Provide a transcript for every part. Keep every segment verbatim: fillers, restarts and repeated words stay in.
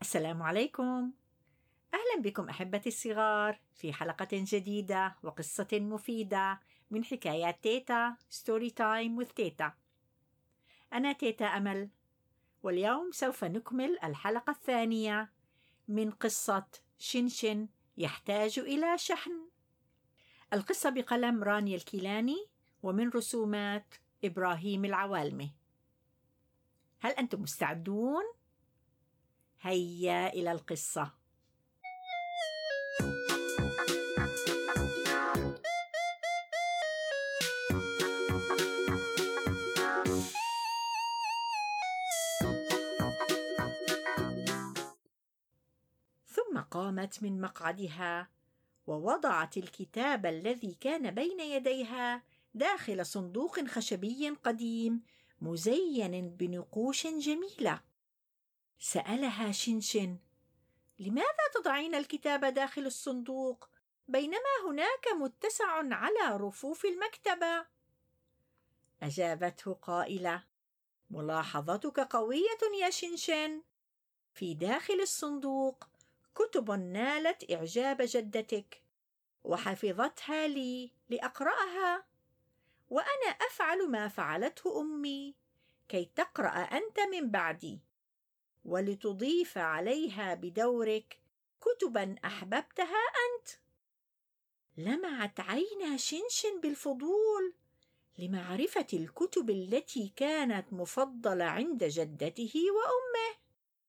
السلام عليكم. أهلا بكم أحبتي الصغار في حلقة جديدة وقصة مفيدة من حكايات تيتا ستوري تايم with تيتا. أنا تيتا أمل، واليوم سوف نكمل الحلقة الثانية من قصة شنشن يحتاج إلى شحن. القصة بقلم رانيا الكيلاني ومن رسومات إبراهيم العوالمي. هل أنتم مستعدون؟ هيا إلى القصة. ثم قامت من مقعدها ووضعت الكتاب الذي كان بين يديها داخل صندوق خشبي قديم مزين بنقوش جميلة. سألها شنشن: لماذا تضعين الكتاب داخل الصندوق بينما هناك متسع على رفوف المكتبة؟ أجابته قائلة: ملاحظتك قوية يا شنشن. في داخل الصندوق كتب نالت إعجاب جدتك وحفظتها لي لأقرأها، وأنا أفعل ما فعلته أمي كي تقرأ أنت من بعدي ولتضيف عليها بدورك كتبا أحببتها أنت. لمعت عينا شنشن بالفضول لمعرفة الكتب التي كانت مفضلة عند جدته وأمه.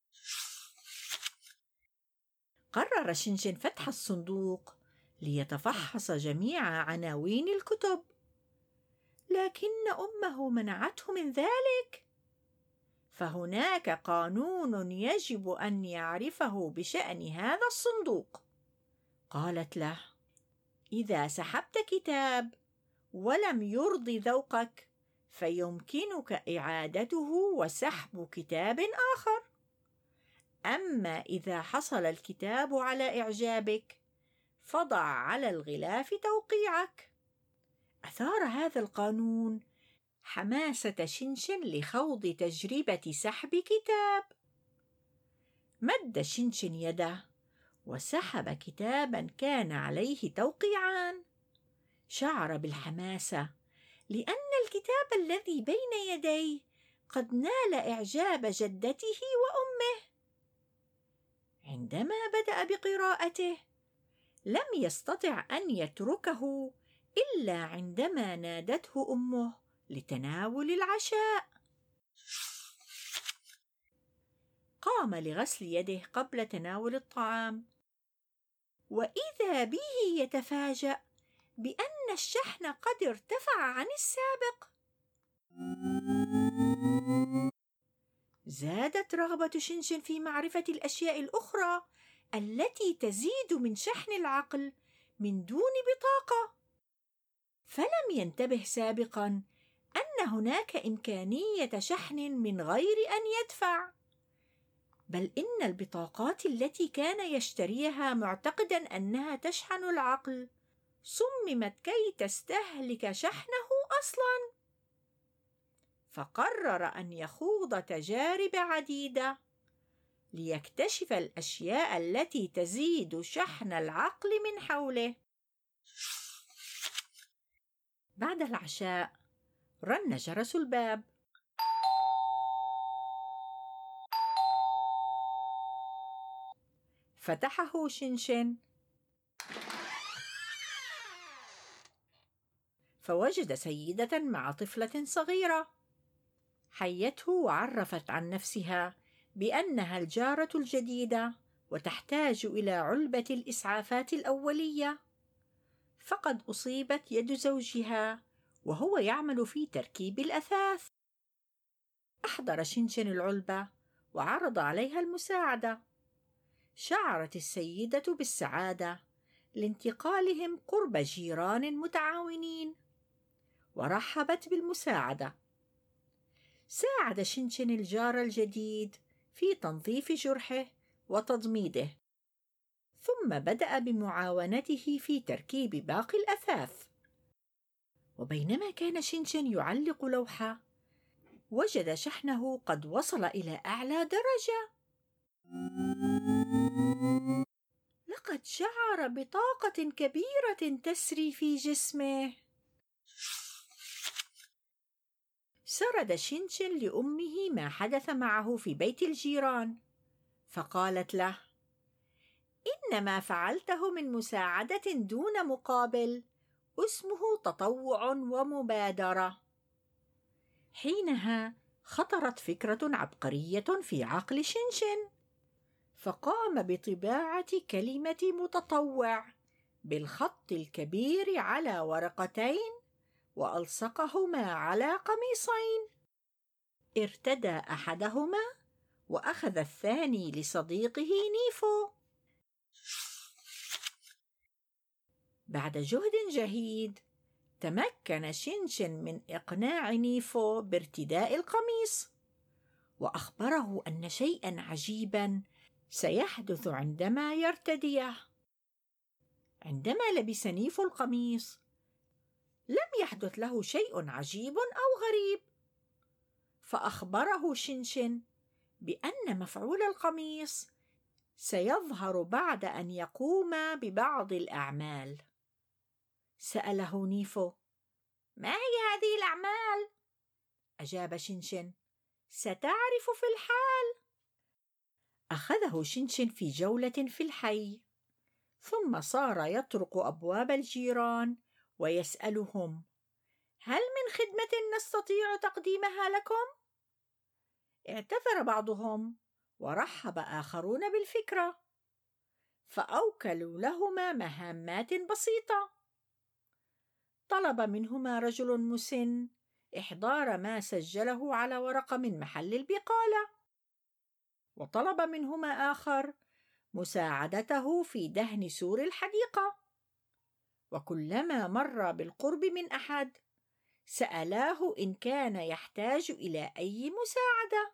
قرر شنشن فتح الصندوق ليتفحص جميع عناوين الكتب، لكن أمه منعته من ذلك، فهناك قانون يجب أن يعرفه بشأن هذا الصندوق. قالت له: إذا سحبت كتاب ولم يرضي ذوقك فيمكنك إعادته وسحب كتاب آخر، أما إذا حصل الكتاب على إعجابك فضع على الغلاف توقيعك. أثار هذا القانون حماسة شنشن لخوض تجربة سحب كتاب. مد شنشن يده وسحب كتابا كان عليه توقيعان. شعر بالحماسة لأن الكتاب الذي بين يديه قد نال إعجاب جدته وأمه. عندما بدأ بقراءته لم يستطع أن يتركه إلا عندما نادته أمه لتناول العشاء. قام لغسل يده قبل تناول الطعام، وإذا به يتفاجأ بأن الشحن قد ارتفع عن السابق. زادت رغبة شنشن في معرفة الأشياء الأخرى التي تزيد من شحن العقل من دون بطاقة، فلم ينتبه سابقاً أن هناك إمكانية شحن من غير أن يدفع، بل إن البطاقات التي كان يشتريها معتقداً أنها تشحن العقل صممت كي تستهلك شحنه أصلاً. فقرر أن يخوض تجارب عديدة ليكتشف الأشياء التي تزيد شحن العقل من حوله. بعد العشاء رن جرس الباب. فتحه شنشن فوجد سيدة مع طفلة صغيرة. حيته وعرفت عن نفسها بأنها الجارة الجديدة وتحتاج إلى علبة الإسعافات الأولية، فقد أصيبت يد زوجها وهو يعمل في تركيب الأثاث. أحضر شنشن العلبة وعرض عليها المساعدة. شعرت السيدة بالسعادة لانتقالهم قرب جيران متعاونين، ورحبت بالمساعدة. ساعد شنشن الجار الجديد في تنظيف جرحه وتضميده، ثم بدأ بمعاونته في تركيب باقي الأثاث. وبينما كان شنشن يعلق لوحة وجد شحنه قد وصل إلى أعلى درجة. وقد شعر بطاقة كبيرة تسري في جسمه. سرد شنشن لأمه ما حدث معه في بيت الجيران، فقالت له: إن ما فعلته من مساعدة دون مقابل اسمه تطوع ومبادرة. حينها خطرت فكرة عبقرية في عقل شنشن، فقام بطباعة كلمة متطوع بالخط الكبير على ورقتين وألصقهما على قميصين. ارتدى أحدهما وأخذ الثاني لصديقه نيفو. بعد جهد جهيد تمكن شنشن من إقناع نيفو بارتداء القميص، وأخبره أن شيئا عجيبا سيحدث عندما يرتديه. عندما لبس نيفو القميص لم يحدث له شيء عجيب أو غريب، فأخبره شنشن بأن مفعول القميص سيظهر بعد أن يقوم ببعض الأعمال. سأله نيفو: ما هي هذه الأعمال؟ أجاب شنشن: ستعرف في الحال. أخذه شنشن في جولة في الحي، ثم صار يطرق أبواب الجيران ويسألهم: هل من خدمة نستطيع تقديمها لكم؟ اعتذر بعضهم ورحب آخرون بالفكرة، فأوكلوا لهما مهمات بسيطة. طلب منهما رجل مسن إحضار ما سجله على ورقة من محل البقالة، وطلب منهما آخر مساعدته في دهن سور الحديقة. وكلما مر بالقرب من أحد سألاه إن كان يحتاج إلى أي مساعدة.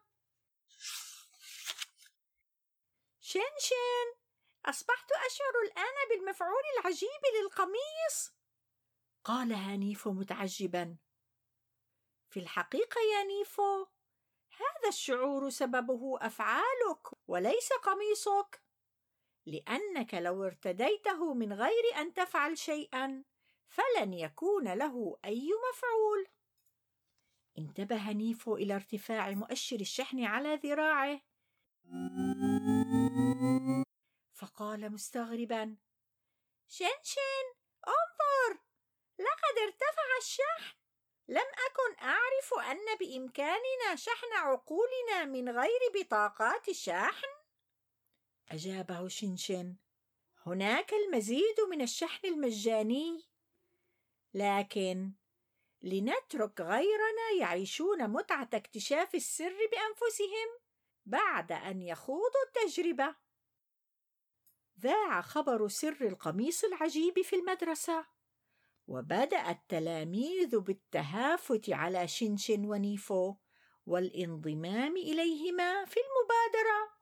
شنشن، أصبحت أشعر الآن بالمفعول العجيب للقميص، قالها نيفو متعجبا. في الحقيقة يا نيفو، هذا الشعور سببه أفعالك وليس قميصك، لأنك لو ارتديته من غير أن تفعل شيئا فلن يكون له أي مفعول. انتبه نيفو إلى ارتفاع مؤشر الشحن على ذراعه، فقال مستغربا: شنشن، انظر، لقد ارتفع الشحن. لم أكن أعرف أن بإمكاننا شحن عقولنا من غير بطاقات الشحن. أجابه شنشن: هناك المزيد من الشحن المجاني، لكن لنترك غيرنا يعيشون متعة اكتشاف السر بأنفسهم بعد أن يخوضوا التجربة. ذاع خبر سر القميص العجيب في المدرسة، وبدأ التلاميذ بالتهافت على شنشن ونيفو والانضمام إليهما في المبادرة.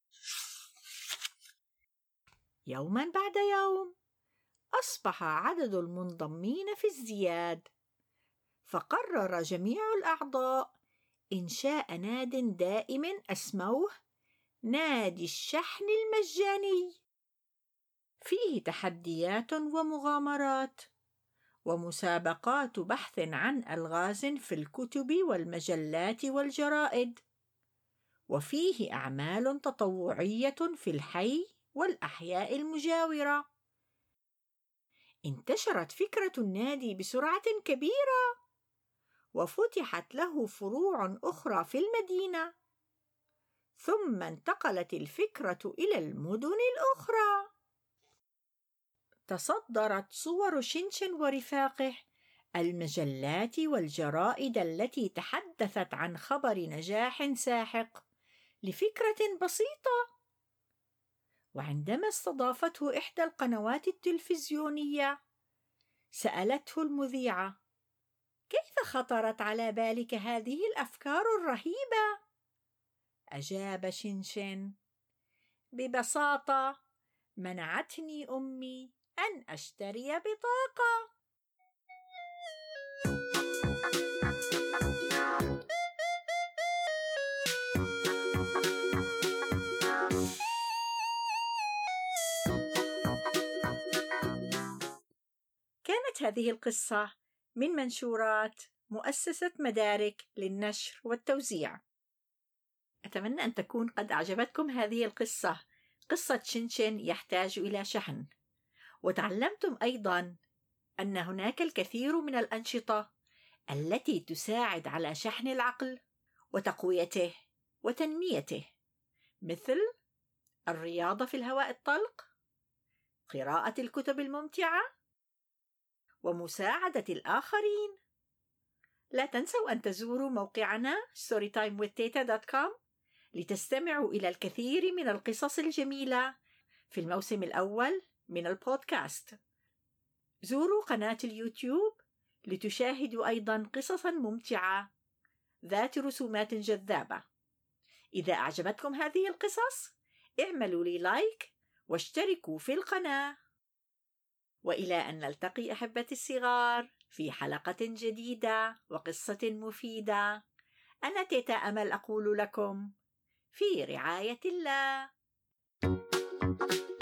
يوما بعد يوم أصبح عدد المنضمين في ازدياد، فقرر جميع الأعضاء إنشاء ناد دائم أسموه نادي الشحن المجاني، فيه تحديات ومغامرات ومسابقات بحث عن ألغاز في الكتب والمجلات والجرائد، وفيه أعمال تطوعية في الحي والأحياء المجاورة. انتشرت فكرة النادي بسرعة كبيرة، وفتحت له فروع أخرى في المدينة، ثم انتقلت الفكرة إلى المدن الأخرى. تصدرت صور شنشن ورفاقه المجلات والجرائد التي تحدثت عن خبر نجاح ساحق لفكرة بسيطة. وعندما استضافته إحدى القنوات التلفزيونية سألته المذيعة: كيف خطرت على بالك هذه الأفكار الرهيبة؟ أجاب شنشن: ببساطة منعتني أمي أن أشتري بطاقة. أخذت هذه القصة من منشورات مؤسسة مدارك للنشر والتوزيع. أتمنى أن تكون قد أعجبتكم هذه القصة، قصة شنشن يحتاج إلى شحن، وتعلمتم أيضاً أن هناك الكثير من الأنشطة التي تساعد على شحن العقل وتقويته وتنميته، مثل الرياضة في الهواء الطلق، قراءة الكتب الممتعة، ومساعدة الآخرين. لا تنسوا أن تزوروا موقعنا ستوري تايم وذ تيتا دوت كوم لتستمعوا إلى الكثير من القصص الجميلة في الموسم الأول من البودكاست. زوروا قناة اليوتيوب لتشاهدوا أيضا قصصا ممتعة ذات رسومات جذابة. إذا أعجبتكم هذه القصص اعملوا لي لايك واشتركوا في القناة. وإلى أن نلتقي أحبتي الصغار في حلقة جديدة وقصة مفيدة، أنا تيتا أمل أقول لكم في رعاية الله.